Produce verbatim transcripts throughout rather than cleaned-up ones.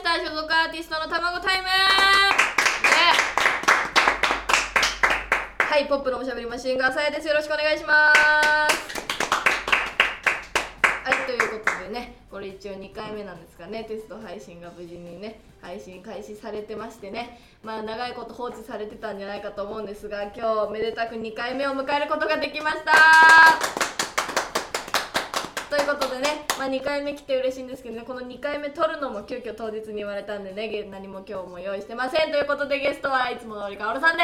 した所属アーティストの卵タイム、ね、はい、ポップのおしゃべりマシンガーさやです。よろしくお願いします。はい、ということでね、これ一応にかいめなんですがね、テスト配信が無事にね配信開始されてましてね、まあ長いこと放置されてたんじゃないかと思うんですが、今日めでたくにかいめを迎えることができましたということでね、まあ、にかいめ来て嬉しいんですけどね、このにかいめ撮るのも急遽当日に言われたんでね、何も今日も用意してません。ということでゲストはいつも通りかおるさんです。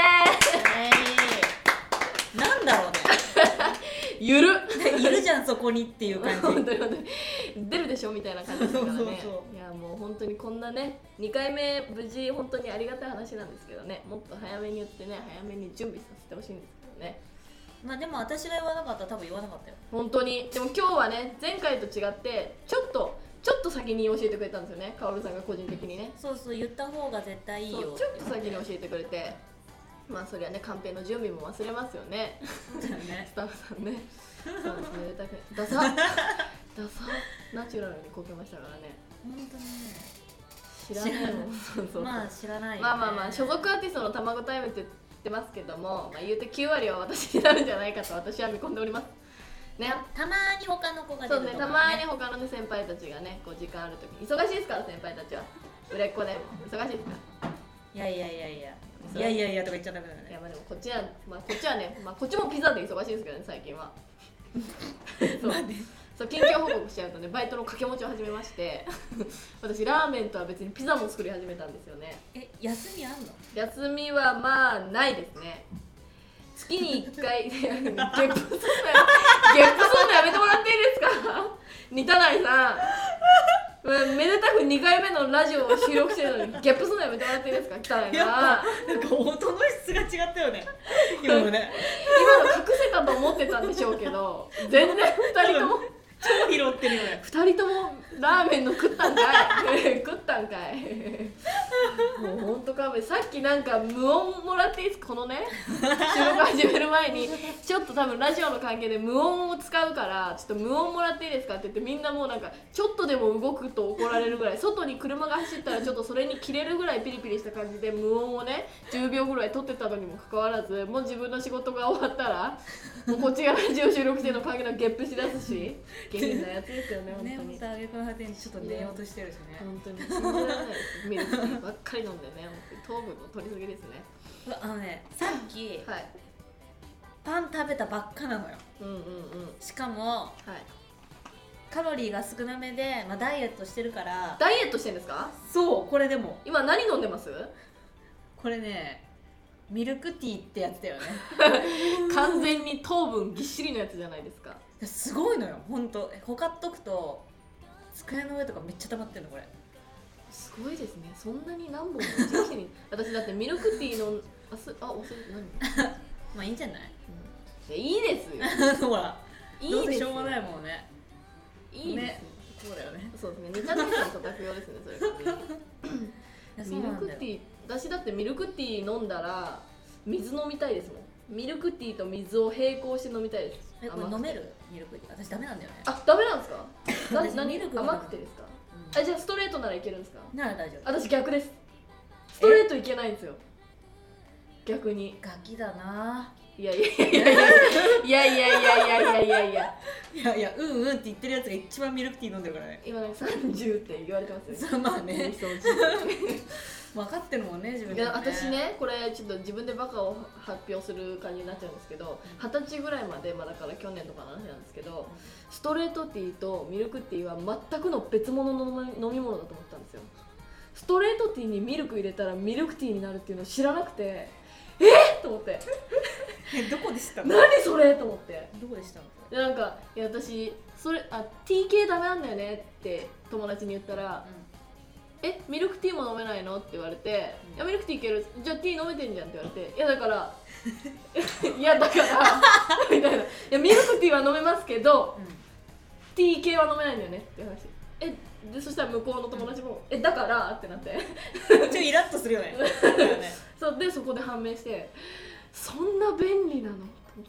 えー、なんだろうねゆるいるじゃんそこにっていう感じ本当に本当に出るでしょみたいな感じですからね。 そうそうそう、 いやもう本当にこんなねにかいめ無事本当にありがたい話なんですけどね、もっと早めに言ってね、早めに準備させてほしいんですけどね。 まあでも私が言わなかったら多分言わなかったよ。 本当に。でも今日はね前回と違ってちょっとちょっと先に教えてくれたんですよね、かおるさんが個人的にね。 そうそう、言った方が絶対いいよ。 ちょっと先に教えてくれて、まあそりゃねカンペの準備も忘れますよね。 そうだよねスタッフさんね。そうですね、ダサダサナチュラルにこけましたからね。 本当にね知らないもん。そうそう、 まあ知らないよね。 まあまあまあ所属アーティストの卵タイムって言ってますけども、まあ、言うてきゅうわりは私になるんじゃないかと私は見込んでおりますね。 たまーに他の子が出そうね、 るとかね。 たまに他の、ね、先輩たちがねこう時間あるとき忙しいですから、先輩たちは売れっ子でも忙しいですから。 いやいやいやいやいやいやいやとか言っちゃダメだね。 いやまあでもこっちは、まあ、こっちはね、まあ、こっちもピザで忙しいですけどね最近は。そう、そう近況報告しちゃうとね、バイトの掛け持ちを始めまして私ラーメンとは別にピザも作り始めたんですよね。 え、休みあんの？ 休みはまあないですね。月にいっかいゲップすんのやゲップすんのやめてもらっていいですか似たないさん。めでたくにかいめのラジオを収録してるのにゲップすんのやめてもらっていいですか、汚いな。 やっぱなんか音の質が違ったよね今のね今の隠せたと思ってたんでしょうけど、全然ふたりとも超拾ってるよね。 ふたりともラーメンの食ったんかい食ったんかいもうほんと勘弁。さっきなんか無音もらっていいですか、このね収録始める前にちょっと多分ラジオの関係で無音を使うからちょっと無音もらっていいですかって言って、みんなもうなんかちょっとでも動くと怒られるぐらい、外に車が走ったらちょっとそれに切れるぐらいピリピリした感じで無音をねじゅうびょうぐらい撮ってたのにもかかわらず、もう自分の仕事が終わったらもうこっちがラジオ収録してるの関係のゲップしだすし下品なやつですよね、本当に。 ね、また挙句の果てにちょっと寝ようとしてるしね。 本当に信じられないです。ミルクティーばっかり飲んでね、糖分の取りすぎですね。 あのね、さっき、 はい、 パン食べたばっかなのよ。 うんうんうん。 しかも、 はい、 カロリーが少なめで、まあ、ダイエットしてるから。 ダイエットしてんですか？ そう、これでも今何飲んでます？ これね、ミルクティーってやつだよね完全に糖分ぎっしりのやつじゃないですか。 すごいのよ、ほんと。ほかっとくと机の上とかめっちゃ溜まってるの、これ。 すごいですね。そんなに何本も一日に私だってミルクティーのあすあ忘れて何まあいいんじゃない、 うん、いいですよほら、 いいですよ、 どうせしょうがないもんね。 いいですよ、 ね、そうだよね。 そうですね、似たないさんと卓用ですね、それがミルクティー、私だってミルクティー飲んだら水飲みたいですもん。ミルクティーと水を並行して飲みたいです。 え、これ飲める？ミルクティー私ダメなんだよね。 あ、ダメなんですか？な何ミルク甘くてですか？ うん、 あ、じゃあストレートならいけるんですか？ なら大丈夫。 私逆です。ストレートいけないんですよ、逆に。 ガキだな。 いやいやいやいやいやいやいやいやいやいやいやいやいやいや、うんうんって言ってるやつが一番ミルクティー飲んでるからね。 今なんかさんじゅうって言われてますよ。 そう、まあね、 そう分かってるもんね、自分いで、ね。 や私ね、これちょっと自分でバカを発表する感じになっちゃうんですけど、はたちぐらいまで、まあ、だから去年とかの話なんですけど、ストレートティーとミルクティーは全くの別物の飲み物だと思ったんですよ。ストレートティーにミルク入れたらミルクティーになるっていうのを知らなくて、えっと思ってえ、どこで知ったの？ 何それと思って。 どこで知ったの？ でなんかいや私それあ ティー 系ダメなんだよねって友達に言ったら、うん、えミルクティーも飲めないのって言われて、うん、いやミルクティーいける、じゃあティー飲めてんじゃんって言われて、いやだからいやだからみたいな、いやミルクティーは飲めますけど、うん、ティー系は飲めないんだよねって話。えでそしたら向こうの友達も、うん、えだからってなってちょっとイラッとするよねそうでそこで判明して、そんな便利なのと思って。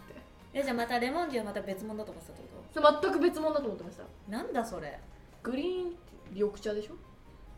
えじゃあまたレモンティーはまた別物だと思ってたってこ全く別物だと思ってました。 と？なんだそれ。 グリーン緑茶でしょ。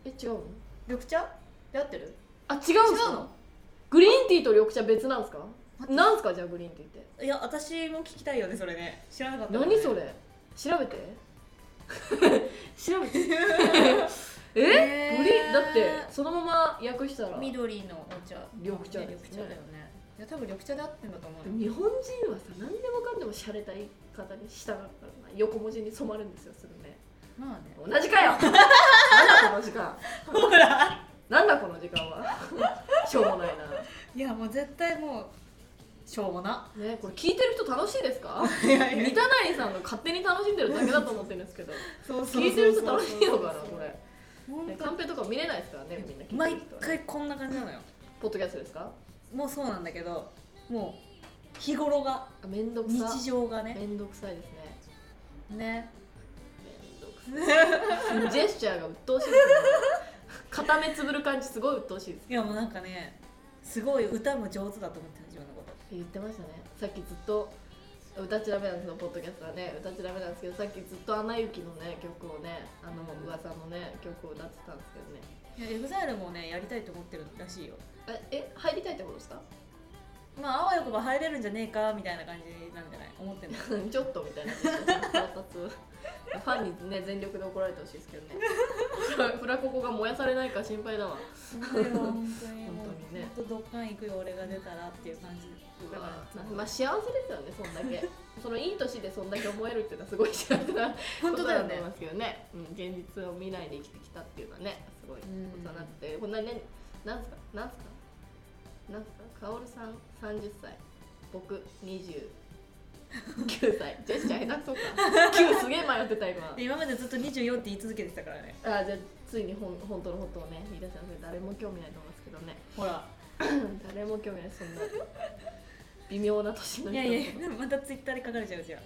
え違うの？ 緑茶で合ってる？ あ違うんですか？ 違うの？ グリーンティーと緑茶別なんですか？なんですかじゃあグリーンティーって。 いや私も聞きたいよねそれね。知らなかった、ね、 何それ調べて調べてええーグリーンだってそのまま訳したら緑のお茶緑茶ですね。 緑茶だよね。いや多分緑茶で合ってんだと思うよ。 日本人はさ何でもかんでも洒落た言い方に従ったら横文字に染まるんですよすぐね。 まあね同じかよなんだこの時間ほらなんだこの時間はしょうもないいやもう絶対もうしょうもななね。これ聞いてる人楽しいですか？ いやいや三田成さんが勝手に楽しんでるだけだと思ってるんですけどそうそうそうそう聞いてる人楽しいのかなこれ。 本当カンペとか見れないですからねみんな聞いて毎る人は。 回こんな感じなのよ。 ポッドキャストですか？ もうそうなんだけどもう日頃があめんどくさ日常がねめんどくさいですね。 ねめんどくさいジェスチャーが鬱陶しいですね。片目つぶる感じすごい鬱陶しいです。 いやもうなんかねすごい歌も上手だと思ってる自分のこと。 言ってましたね。さっきずっと歌っちゃダメなんですのポッドキャストはね歌っちゃダメなんですけどさっきずっとアナ雪のね曲をねあの噂のね曲を歌ってたんですけどね。 いやエグザイルもねやりたいと思ってるらしいよ。 ええ入りたいってことですか？ まああわよくば入れるんじゃねえかみたいな感じなんじゃない思ってんのちょっとみたいな腹立つファンにね全力で怒られてほしいですけどね。フラココが燃やされないか心配だわ。 本当に本当にもう本当にね本当ドッカン行くよ俺が出たらっていう感じだから。 まあ幸せですよねそんだけそのいい年でそんだけ思えるっていうのはすごい幸せな本当だよねことだと思いますけどね、うん、現実を見ないで生きてきたっていうのはねすごいことだなってこんなねなんすかなんすかなんすかカオルさんさんじゅっさい僕にじゅうきゅうさいジェスチャー下手くそかきゅうすげえ迷ってた今。 今までずっとにじゅうよんって言い続けてたからね。 あじゃあついにほん本当のことをね言い出したので誰も興味ないと思いますけどね。 ほら誰も興味ないそんな微妙な年の人いやいやいやでもまたツイッターで書かれちゃうじゃん。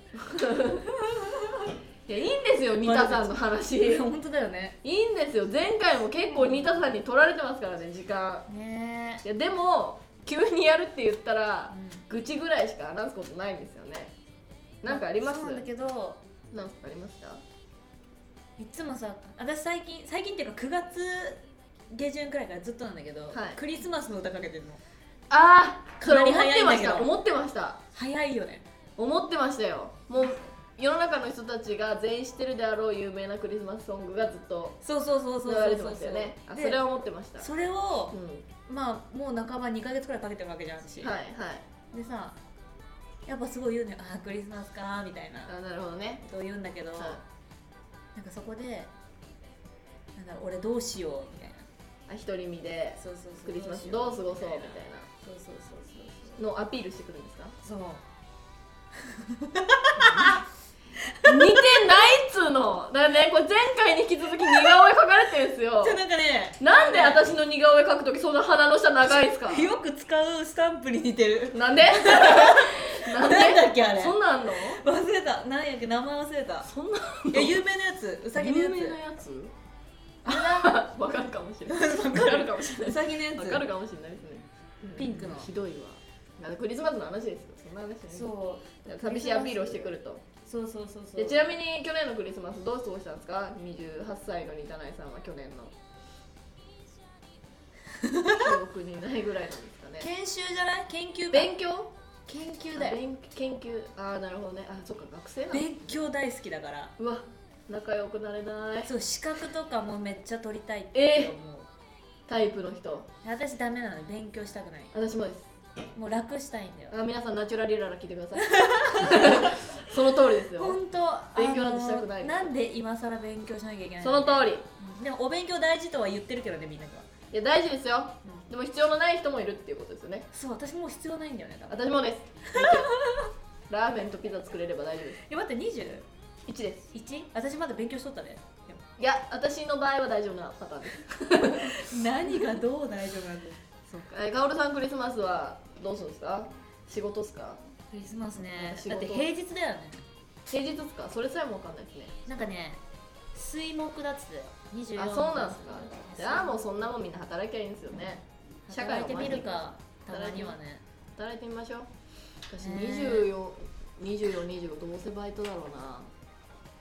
いやいいんですよニタさんの話本当だよね。 いいんですよ前回も結構ニタさんに取られてますからね時間。 ねいやでも急にやるって言ったら、 う愚痴ぐらいしか話すことないんですよね。なんかあります？ そうなんだけどなんかありました？ いつもさ私最近最近っていうかくがつ下旬くらいからずっとなんだけど、 はいクリスマスの歌かけてるの。 ああそれかなり思ってまし早いんだけどた思ってました早いよね。 思ってましたよ。もう世の中の人たちが全員知ってるであろう有名なクリスマスソングがずっとそうそうそうそう流れてそうましたよね。あそでれは思ってました。 それをう、んまあもう半ばにかげつくらいかけてるわけじゃん私、 はいはいでさやっぱすごい言うのよ。あークリスマスかーみたいなあなるほどね。 ことを言うんだけど、 はいなんかそこでなんだ俺どうしようみたいな。 あ独り身でそうそうそうクリスマスどう過ごそうみたいなそうそうそうそうのをアピールしてくるんですか？ そう似てないっつうのだからねこれ前回に引き続き似顔絵描かれてるんですよ。 じゃなんかねなんで私の似顔絵描くときそんな鼻の下長いんすか？ よく使うスタンプに似てる。 なんでなんでなんだっけあれそんなんあんの？ 忘れた。何やっけ名前忘れた。 そんないや有名なやつ。うさぎのやつ。 有名なやつあれだ。 わかるかもしれないわかるかもしれなういさぎのやつ。 わかるかもしれないですね。 ピンクのひどいわ。なんかクリスマスの話ですよ。そんな話ね。 そう。 寂しいアピールをしてくると。 そうそうそうそう。 でちなみに去年のクリスマスどう過ごしたんですか？にじゅうはっさいのニタナイさんは去年の記憶にないぐらいなんですかね。 研修じゃない？研究勉強？ 研究だよ。 勉研究ああなるほどね。あそっか学生なの。 勉強大好きだから。 うわ仲良くなれない。 そう資格とかもめっちゃ取りたいってえ思う。 タイプの人。 私ダメなので勉強したくない。 私もです。 もう楽したいんだよ。 あ皆さんナチュラリララ聞いてください。その通りですよ。 本当勉強なんてしたくないあのなんで今更勉強しなきゃいけないその通り。 うんでもお勉強大事とは言ってるけどねみんなには。 いや大事ですよ。 うんでも必要のない人もいるっていうことですよね。 そう私もう必要ないんだよね多分。 私もです。ラーメンとピザ作れれば大丈夫です。 え待って にじゅういち？ いちです。 私まだ勉強しとったね。でもいや私の場合は大丈夫なパターンです。 何がどう大丈夫なんだよ。 そうか。えカオルさんクリスマスはどうするんですか？仕事っすか？ クリスマスね。 仕事だって平日だよね。 平日っすか？それさえもわかんないですね。 なんかね水木だっつってにじゅうよあんそうなんですか。じゃあもうそんなもんみんな働きゃいいんですよね。社会を働いてみるかたまにはね。 働いてみましょう。私ねにじゅうよん、にじゅうよん、にじゅうごどうせバイトだろうな。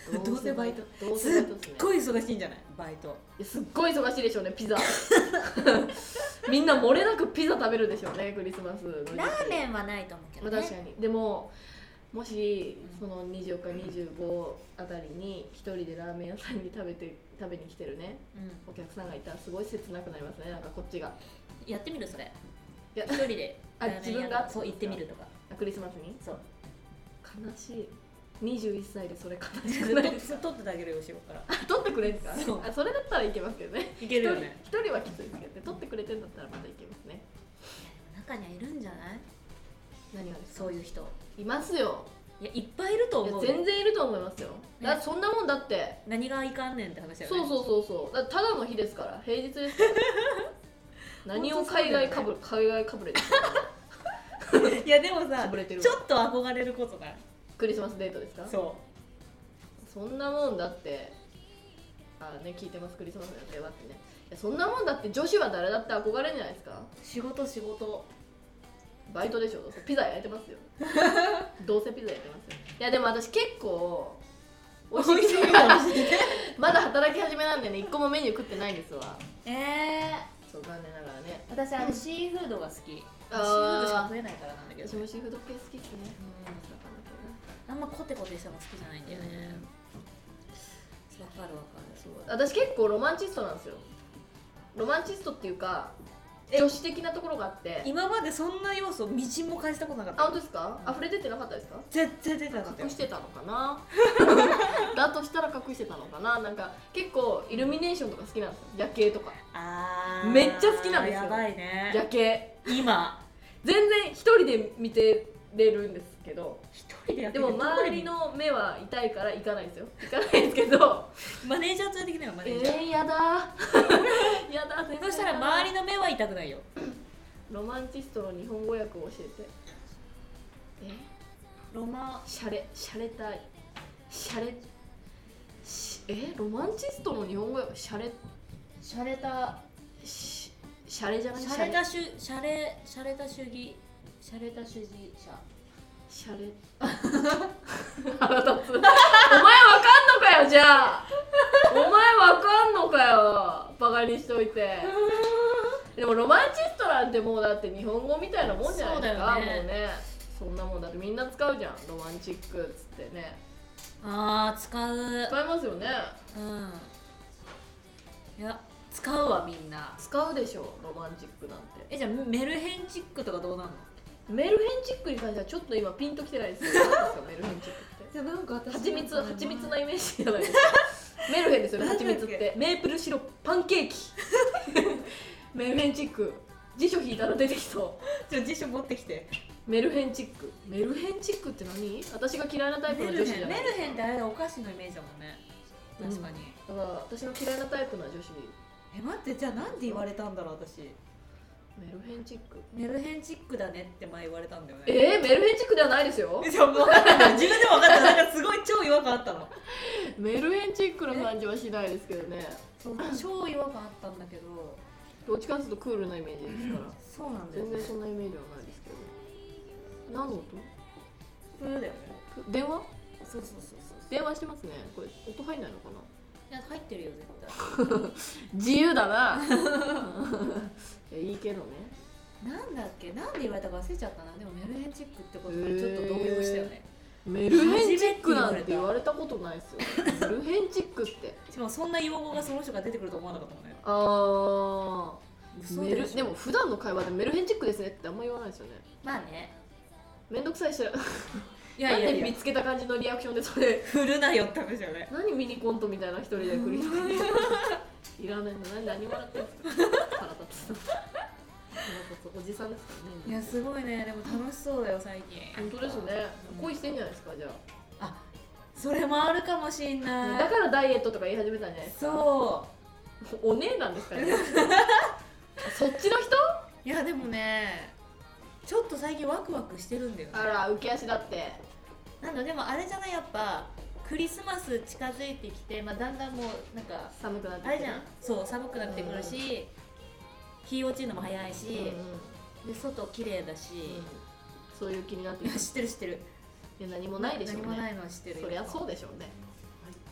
どうせバイトどうすっせバイトですね。 ごい忙しいんじゃないバイト。 いやすっごい忙しいでしょうねピザみんな漏れなくピザ食べるでしょうねクリスマスの時期。 ラーメンはないと思うけどね。 まあ確かに。でももしそのにじゅうよっかにじゅうごあたりに一人でラーメン屋さんに食べて食べに来てるねうお客さんがいたらすごい切なくなりますね。なんかこっちがん、やってみるそれ。 いや一人であラーメン屋自分がそう行ってみるとか。 あクリスマスにそう。 悲しい。にじゅういっさいでそれ悲しずくないですかっと取ってあげるよ後ろから。 あ取ってくれるんですそうか。あそれだったらいけますけどね。 いけるよね。 一人一人はきついですけどね。取ってくれてんだったらまたいけますね。 中にはいるんじゃない？ 何がですか。 そういう人。 いますよ。 いやいっぱいいるといや思うよ。 全然いると思いますよ。 ねだってそんなもんだって何がいかんねんって話だよね。 そうそうそうそうだってただの日ですから平日ですから何を海外かぶる海外かぶれですかいやでもさかぶれてるわちょっと憧れることがクリスマスデートですか。 そそんなもんだってあね聞いてますクリスマスの予定はってね。いやそんなもんだって女子は誰だって憧れるんじゃないですか。 う仕事仕事バイトでしょ。どうせピザ焼いてますよどうせピザ焼いてますよ。いやでも私結構美味しいピザがまだ働き始めなんでね一個もメニュー食ってないんですわ。 ええそう残念ながらね。 ー、私あのシーフードが好き。シーフあーードしか食えないからなんだけど、 私もシーフード系好きですね。 あんまコテコテしたの好きじゃないんだよね。わかるわかる。 そう私結構ロマンチストなんですよ。ロマンチストっていうかえ女子的なところがあって今までそんな要素みじんも感じたことなかった。 あ本当ですか。溢れ出てなかったですか。 全然出てなかったよ隠。してたのかなだとしたら隠してたのかな。なんか結構イルミネーションとか好きなんですよ。夜景とかあーめっちゃ好きなんですよやばいね。 夜景今全然一人で見てれるんですけど一人でやってでも周りの目は痛いから行かないんですよ。行かないですけどマネージャー連れてきなよマネえージャー。 ー、やだやだ全然そしたら周りの目は痛くないよ。 ロマンチストの日本語訳を教えて。えロマシャレシャレたいシャレしえロマンチストの日本語訳シャレシャレたしシャレじゃないシャレた主シャレシャレた主義シャレた主義者シャレ腹立つお前わかんのかよじゃあお前わかんのかよバカにしといてでもロマンチストなんてもうだって日本語みたいなもんじゃないですか。 そうだよねもうねそんなもんだってみんな使うじゃんロマンチックっつってね。 あー使う。 使いますよね。 うんいや使うわみんな。 使うでしょロマンチックなんて。 えじゃあメルヘンチックとかどうなんの？ メルヘンチックに関してはちょっと今ピンときてないですよ。何ですかメルヘンチックって。 じゃあなんか私蜂蜜蜂蜜なイメージじゃないですかメルヘンですよね蜂蜜ってメープルシロップパンケーキメルヘンチック辞書引いたら出てきそうじゃあ辞書持ってきて。 メルヘンチックメルヘンチックって何。私が嫌いなタイプの女子じゃないメルヘンってあれお菓子のイメージだもんね。確かに、 だから私の嫌いなタイプの女子え待ってじゃあなんて言われたんだろう私。 メルヘンチックメルヘンチックだねって前言われたんだよね。 えー、メルヘンチックではないですよじゃあもう分かった自分でも分かったなんかすごい超違和感あったの。 メルヘンチックな感じはしないですけどね。 そう超違和感あったんだけど。 どっちかというとクールなイメージですからそうなんだよね。 全然そんなイメージはないですけど。何の音。 プーだよね。 電話そうそうそうそう。 電話してますね。これ音入んないのかな。 いや入ってるよ絶対。 自由だないやいいけどね。 なんだっけなんで言われたか忘れちゃったな。でもメルヘンチックってことにちょっと動揺したよね。 メルヘンチックなんて言われたことないですよメルヘンチックってしかもそんな用語がその人が出てくると思わなかったもんね。 あ嘘メルでしょでも普段の会話でメルヘンチックですねってあんま言わないですよね。 まあね。 めんどくさいしらいやいやいやなんで見つけた感じのリアクションでそれ振るなよって話よね。 何ミニコントみたいな一人で繰り広げていらないの何何笑ってんすか腹立つおじさんですからね。 いやすごいね。でも楽しそうだよ最近。 本当ですね。恋してんじゃないですかじゃあそれもあるかもしんあ。 ない。 だからダイエットとか言い始めたんじゃないですか。 そうお姉なんですかねそっちの人。 いやでもねちょっと最近ワクワクしてるんだよね。 あら浮き足だってなんだでもあれじゃないやっぱクリスマス近づいてきて、まあ、だんだんもうなんか寒くなってきてあれじゃんそう寒くなってくるし、日落ちるのも早いし、 うんうん、 で外綺麗だし、 うん、そういう気になってきて知ってる知ってる。 いや何もないでしょうね。 何もないのは知ってるよ。 そりゃそうでしょうね。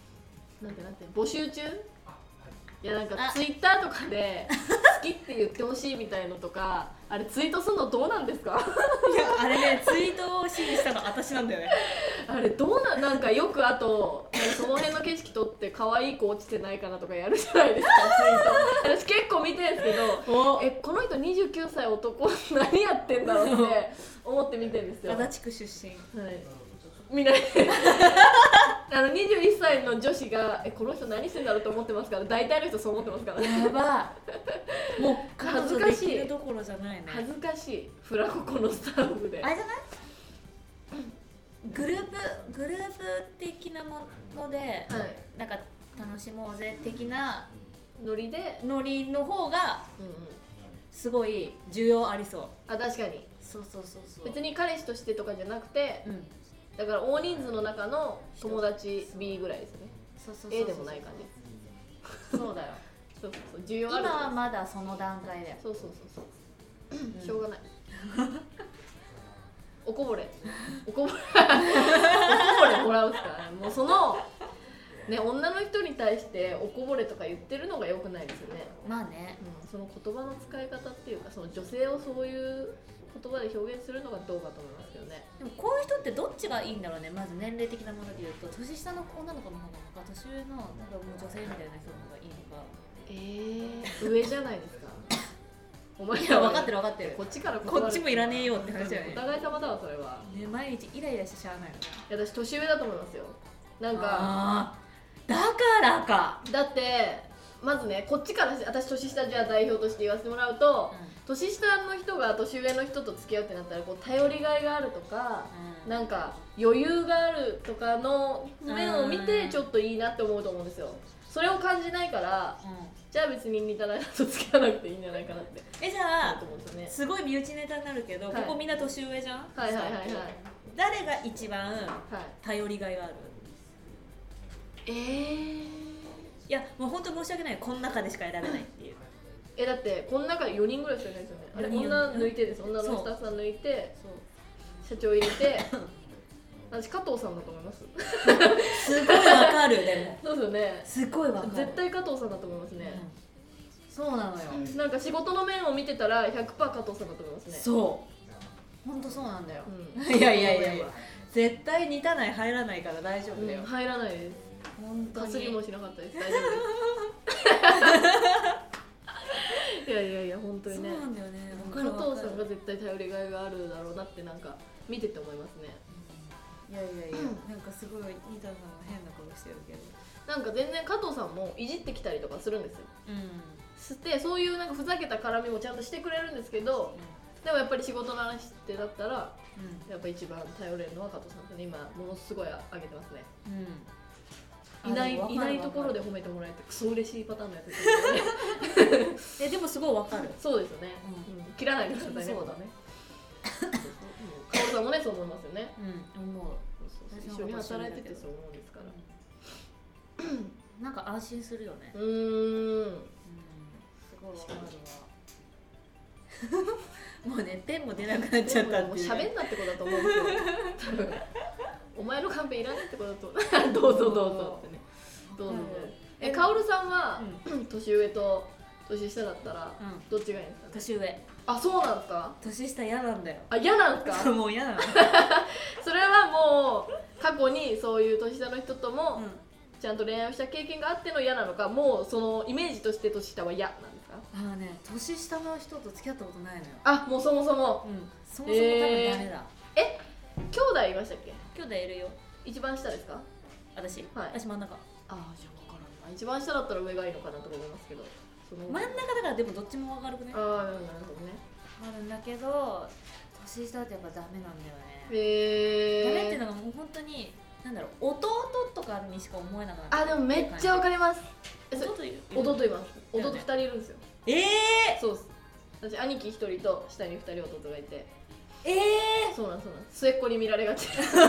なんてなんて募集中。いやなんかあツイッターとかで好きって言ってほしいみたいのとかあれツイートするのどうなんですか？ いやあれねツイートを指示したの私なんだよね。 あれどうななんかよくあとその辺の景色撮って可愛い子落ちてないかなとかやるじゃないですかツイート。私結構見てるんですけどえこの人にじゅうきゅうさい男何やってんだろうって思って見てるんですよ。 足立区出身。 はい、みんなあのにじゅういっさいの女子がえこの人何してんだろうと思ってますから大体の人そう思ってますからね。 やばいもう恥ずかしいできるどころじゃないね。 恥ずかしいフラココのスタッフであれじゃないグループグループ的なもので、 はい、 なんか楽しもうぜ的なノリで、 ノリの方がうんうん、 すごい需要ありそう。 あ確かにそうそうそうそう別に彼氏としてとかじゃなくて、 うんだから大人数の中の友達 B ぐらいですよね。 そうそうそうそう A でもない感じ。 そうだよそうそうそう需要ある。 今はまだその段階だよ。 そうそうそうそう、 うんしょうがないおこぼれおこぼれおこぼれもらうっすからね。もうそのね女の人に対しておこぼれとか言ってるのが良くないですよね。 まあね、 うん、その言葉の使い方っていうかその女性をそういう言葉で表現するのがどうかと思いますけどね。 でもこういう人ってどっちがいいんだろうね。まず年齢的なもので言うと年下の女の子の方が年上のなんかもう女性みたいな人の方がいいのか。 えー、上じゃないですかお前いや分かってる分かってる。 こっちからこっちもいらねえよって話だよね。 お互い様だわそれは。 ね毎日イライラしてしゃあないよね。 いや私年上だと思いますよ。なんかあーだからか。 だってまずねこっちから私年下じゃあ代表として言わせてもらうと、うん、年下の人が年上の人と付き合うってなったらこう頼りがいがあるとか、うん、なんか余裕があるとかの面を見てちょっといいなって思うと思うんですよ。それを感じないから、うん、じゃあ別に似たらと付き合わなくていいんじゃないかなってえじゃあす、ね、すごい身内ネタになるけど、はい、ここみんな年上じゃん。 はいはいはいはい。 誰が一番頼りがいがある？ えー、 いやもう本当申し訳ない。この中でしか選べないっていう。 えだってこの中でよにんぐらいしかいないですよね。あれ女抜いてです。女のスタッフさん抜いて社長入れて私加藤さんだと思いますすごいわかる。でもそうですよね。 すごいわかる。 絶対加藤さんだと思いますね、 うん、そうなのよ。 なんか仕事の面を見てたら ひゃくパーセント 加藤さんだと思いますね。 そう本当そうなんだよ、うん、いやいやいやいや絶対似たない入らないから大丈夫だよ、 うん、入らないです。 本当にかすりもしなかったです。大丈夫ですいやいやいや本当にね。 そうなんだよね。 加藤さんが絶対頼りがいがあるだろうなってなんか見てて思いますね。 いやいやいや、うん、なんかすごいニタさんも変な顔してるけどなんか全然加藤さんもいじってきたりとかするんですよ、うん、してそういうなんかふざけた絡みもちゃんとしてくれるんですけど、うん、でもやっぱり仕事の話ってだったら、うん、やっぱ一番頼れるのは加藤さんってね今ものすごい上げてますね、うん、いないいないところで褒めてもらえてクソ嬉しいパターンのやつですよねえでもすごいわかる。 そうですよね、うんうん、切らないでくださいね。そうだね加藤さんもねそう思いますよね。 うん思う。 一緒に働いててそう思うんですから、 うん、なんか安心するよね。 うーん、うん、 すごいわかるわもうねペンも出なくなっちゃったっていう。もう喋んなってことだと思うんですよ多分お前のカンペいらないってことだとどうぞどうぞってね。どうぞ。え、カオルさんは、うん、年上と年下だったら、うん、どっちがいいんですかね。 年上。 あ、そうなんですか。 年下嫌なんだよ。 あ、嫌なんですかもう嫌なのそれはもう過去にそういう年下の人とも、うん、ちゃんと恋愛をした経験があっての嫌なのか、もうそのイメージとして年下は嫌なんですか。 あのね、年下の人と付き合ったことないのよ。 あ、もうそもそも、 うん、そもそも多分ダメだ。 えー、え、兄弟いましたっけ。 兄弟いるよ。 一番下ですか。 私、 はい、 私真ん中。 ああ、じゃあ分からんな。一番下だったら上がいいのかなと思いますけど、 その真ん中だからでもどっちも明るくね。 ああ、なるほどね。 あるんだけど、年下ってやっぱダメなんだよね。 へえー。 ダメっていうのがもう本当になんだろう、弟とかにしか思えなかった。 あ、でもめっちゃわかります。 弟いる？ 弟います。弟二人いるんですよ。 ええー。 そうです。私兄貴一人と下に二人弟がいて。 ええー。 そうなんそうなん。末っ子に見られがち。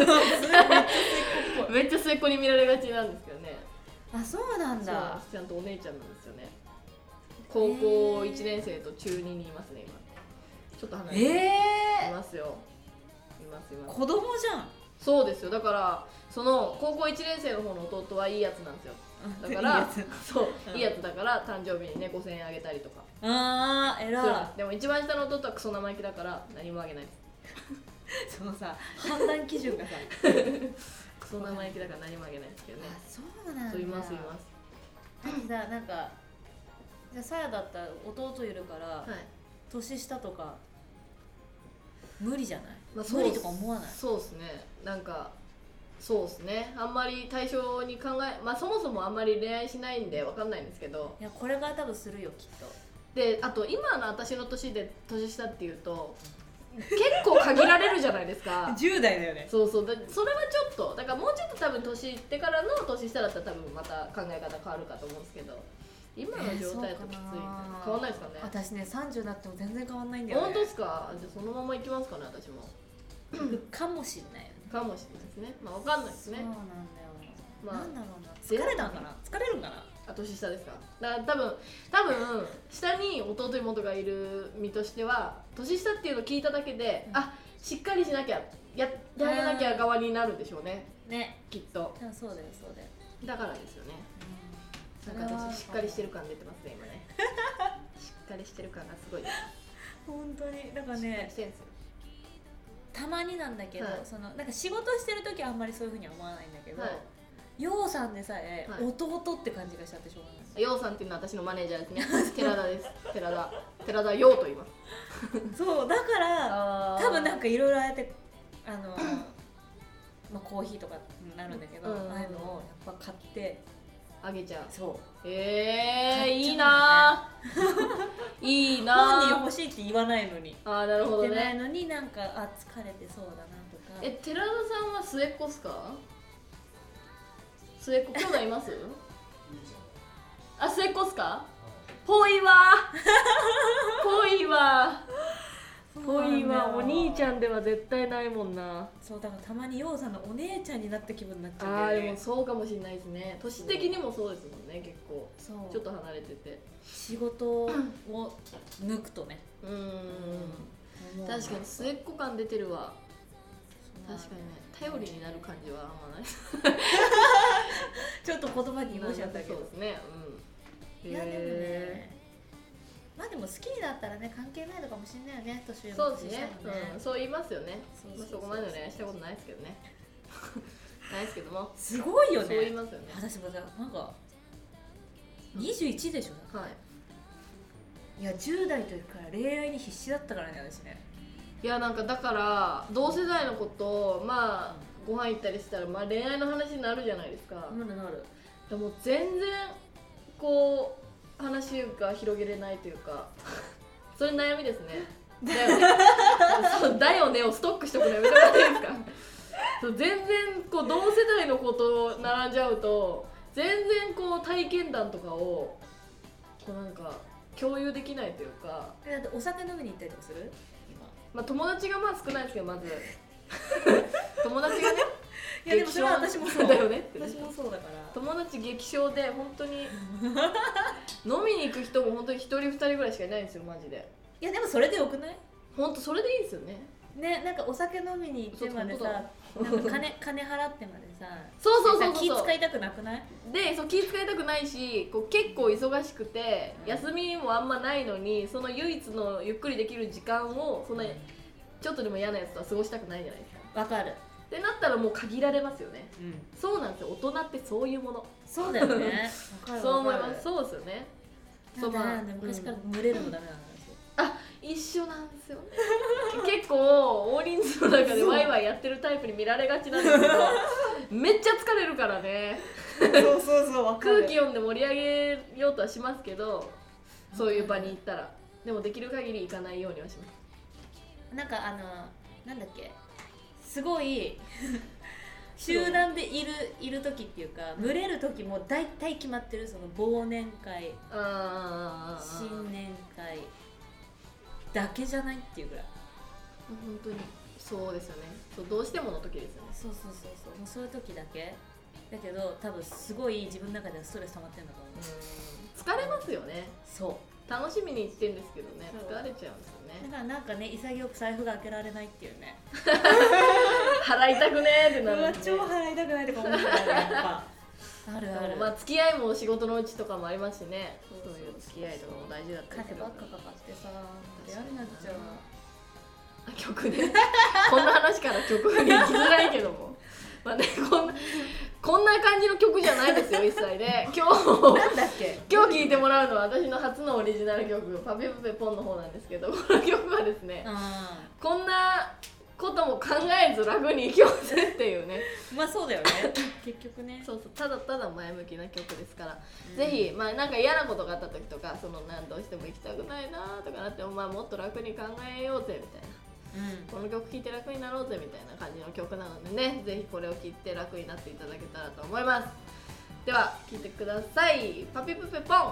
めっちゃ末っ子に見られがちなんですけどね。 あ、そうなんだ。 ちゃんとお姉ちゃんなんですよね。高校いちねん生と中ににいますね今。ちょっと離れていますよ。いますいます。 子供じゃん。 そうですよ。だからその高校いちねん生の方の弟はいいやつなんですよ。 だからいいやつそう、 うんいいやつだから誕生日にねごせんえんあげたりとかあー偉そうい。 でも一番下の弟はクソ生意気だから何もあげないです。 そのさ判断基準がさクソ生意気だから何もあげないですけどね。 あそうなんだ。 そういますいます。 だってさなんかじゃあさやだったら弟いるから、 はい、 年下とか無理じゃない、 まあ、 無理とか思わない？ そうですね。なんかそうですね。あんまり対象に考えまあそもそもあんまり恋愛しないんでわかんないんですけど、 いやこれから多分するよきっと。 であと今の私の年で年下っていうと結構限られるじゃないですかじゅう代だよね。 そうそうだそれはちょっとだからもうちょっと多分年いってからの年下だったら多分また考え方変わるかと思うんですけど、今の状態だときつい、ねえーそうかな変わんないですかね。 私ねさんじゅうになっても全然変わんないんだよね。 本当ですか？じゃあそのままいきますかね私もかもしんないよね。 かもしれないですね。まあわかんないですね。 そうなんだよ、 まあなんだろうな、疲れたんかな、疲れるんかな。 あ年下ですか？だから多分多分下に弟妹がいる身としては年下っていうのを聞いただけで、うん、あしっかりしなきゃやってあげなきゃ側になるんでしょうね。ねきっと。 でもそうだよそうだよ。 だからですよね。うん、なんか私しっかりしてる感出てますね今ね。しっかりしてる感がすごいです。 本当にだからね。たまになんだけど、はい、そのなんか仕事してる時はあんまりそういうふうには思わないんだけど、ようさんでさえ、はい、弟って感じがしちゃってしょうがない。 ようさんっていうのは私のマネージャーですね。寺田です。寺田寺田ようと言います。 そうだから多分なんかいろいろああやってあのまあコーヒーとかになるんだけど、うん、ああいうのをやっぱ買ってあげちゃう。 そう。 えー、いいなー。いいなー。 本人欲しいって言わないのに。 あーなるほどね。 言ってないのになんかあ疲れてそうだなとか。 え寺田さんは末っ子っすか？末っ子兄弟います？あ末っ子っすか？ぽいわぽいわぽいわお兄ちゃんでは絶対ないもんな。 そうだからたまにようさんのお姉ちゃんになった気分になっちゃう、ね、 ああでもそうかもしれないですね。年的にもそうですもんね結構。そうちょっと離れてて仕事を抜くとねうんうん確かに末っ子感出てるわ。確かにね頼りになる感じはあんまないちょっと言葉に言いしちゃったけどそうですね、うん、 いやでもねまあでも好きになったらね関係ないのかもしれないよね年上も年下もね。そうですね、うん、そう言いますよね。そうそうそうそう、まあ、そこまでの恋愛したことないですけどねないですけどもすごいよね。 そう言いますよね。 私もさなんかにじゅういちでしょ、うん、はいいやじゅう代の時から恋愛に必死だったからね私ね。 いやなんかだから同世代の子とまあご飯行ったりしたらまあ恋愛の話になるじゃないですか。 なるなる。 でも全然こう話が広げれないというかそれ悩みですね。だよねそうだよねをストックしとくのやめてもらっていいですかそう全然こう同世代の子と並んじゃうと全然こう体験談とかをこうなんか共有できないというか。 だってお酒飲みに行ったりとかする？ まあ、友達がまあ少ないですけどまず友達がねいやでもそれは私もそうだよね私もそうだから友達激小で本当に飲みに行く人も本当にひとりふたりぐらいしかいないんですよマジで。 いやでもそれでよくない？ 本当それでいいですよね。 ねなんかお酒飲みに行ってまでさなんか 金, 金払ってまでさそうそうそうそう気使いたくなくない？ でそう気使いたくないしこう結構忙しくて、うん、休みもあんまないのにその唯一のゆっくりできる時間をそんなちょっとでも嫌なやつとは過ごしたくないじゃないですか。 わかるってなったらもう限られますよね、うん、そうなんですよ。大人ってそういうもの。 そうだよねそう思います。そうですよね。 そうまあ昔から群れるもダメなんですよ、 うん、あ一緒なんですよね結構大人数の中でワイワイやってるタイプに見られがちなんですけどめっちゃ疲れるからねそうそうそうわかる。 空気読んで盛り上げようとはしますけどそういう場に行ったらでもできる限り行かないようにはします。 なんかあのなんだっけすごい集団でいるいる時っていうか群れる時も大体決まってる。その忘年会あ新年会だけじゃないっていうぐらい本当にそうですよね。そうどうしてもの時ですよね。 そうそうそうそうもうそういう時だけだけど多分すごい自分の中ではストレス溜まってるんだと思う。 うん疲れますよね。そう楽しみに行ってんですけどね疲れちゃうんですよね。 だからなんかね潔く財布が開けられないっていうね払いたくねーってなるんで、ね、超払いたくないとか思ってたらやっぱあるある。 まあ付き合いも仕事のうちとかもありますしね。そういう付き合いとかも大事だったりする。 彼ばっかかかってさ嫌になっちゃう。 曲ねこんな話から曲に行きづらいけどもまあねこんなこんな感じの曲じゃないですよ一切で今日なんだっけ今日聴いてもらうのは私の初のオリジナル曲パピプペポンの方なんですけど、この曲はですね、こんなことも考えず楽に生きようぜっていうねまあそうだよね結局ね。 そうそう、ただただ前向きな曲ですから、うん、ぜひまあなんか嫌なことがあった時とか、そのなんどうしても行きたくないなとかなっても、まあもっと楽に考えようぜみたいな、うん、この曲聴いて楽になろうぜみたいな感じの曲なのでね、ぜひこれを聴いて楽になっていただけたらと思います。では聴いてください。パピプペポン。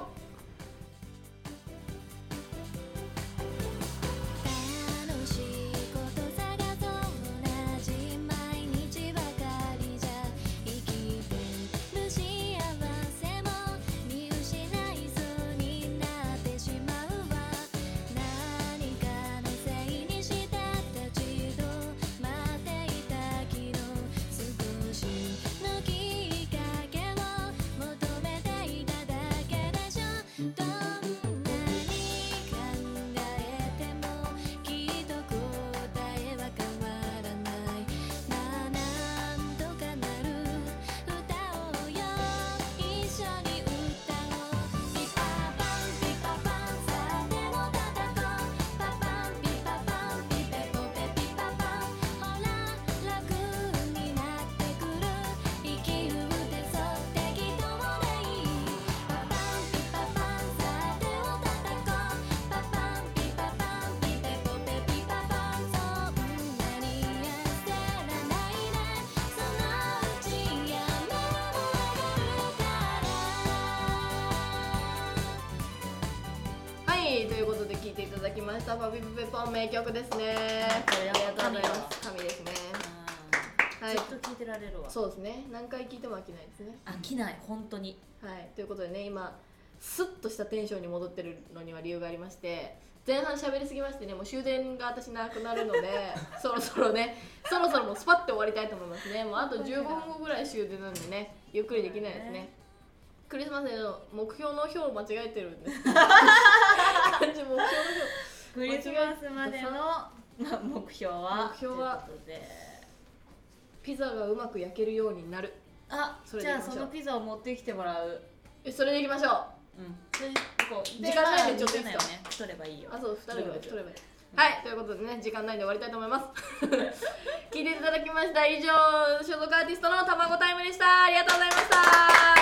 ということで聴いていただきましたパピプペポン、名曲ですね。ありがとうございます。神ですね。 はい、ずっと聴いてられるわ。 そうですね、何回聴いても飽きないですね。 飽きない、本当に。 はい、ということでね、今スッとしたテンションに戻ってるのには理由がありまして、前半喋りすぎましてね、もう終電が私なくなるのでそろそろね、そろそろもうスパッて終わりたいと思いますね。もうあとじゅうごふんごぐらい終電なんでね、ゆっくりできないですね。クリスマスへの目標の表を間違えてるんです感じ、目標の表クリスマスまでの目標は目標はピザがうまく焼けるようになる。 あ、じゃあそのピザを持ってきてもらう。 え、それでいきましょう。うん、こう時間内でちょっといいですか。 太ればいいよ。 あ、そう、ふたりで太ればいい。はい、ということでね、時間内で終わりたいと思います聞いていただきました。以上、所属アーティストのたまごタイムでした。ありがとうございました。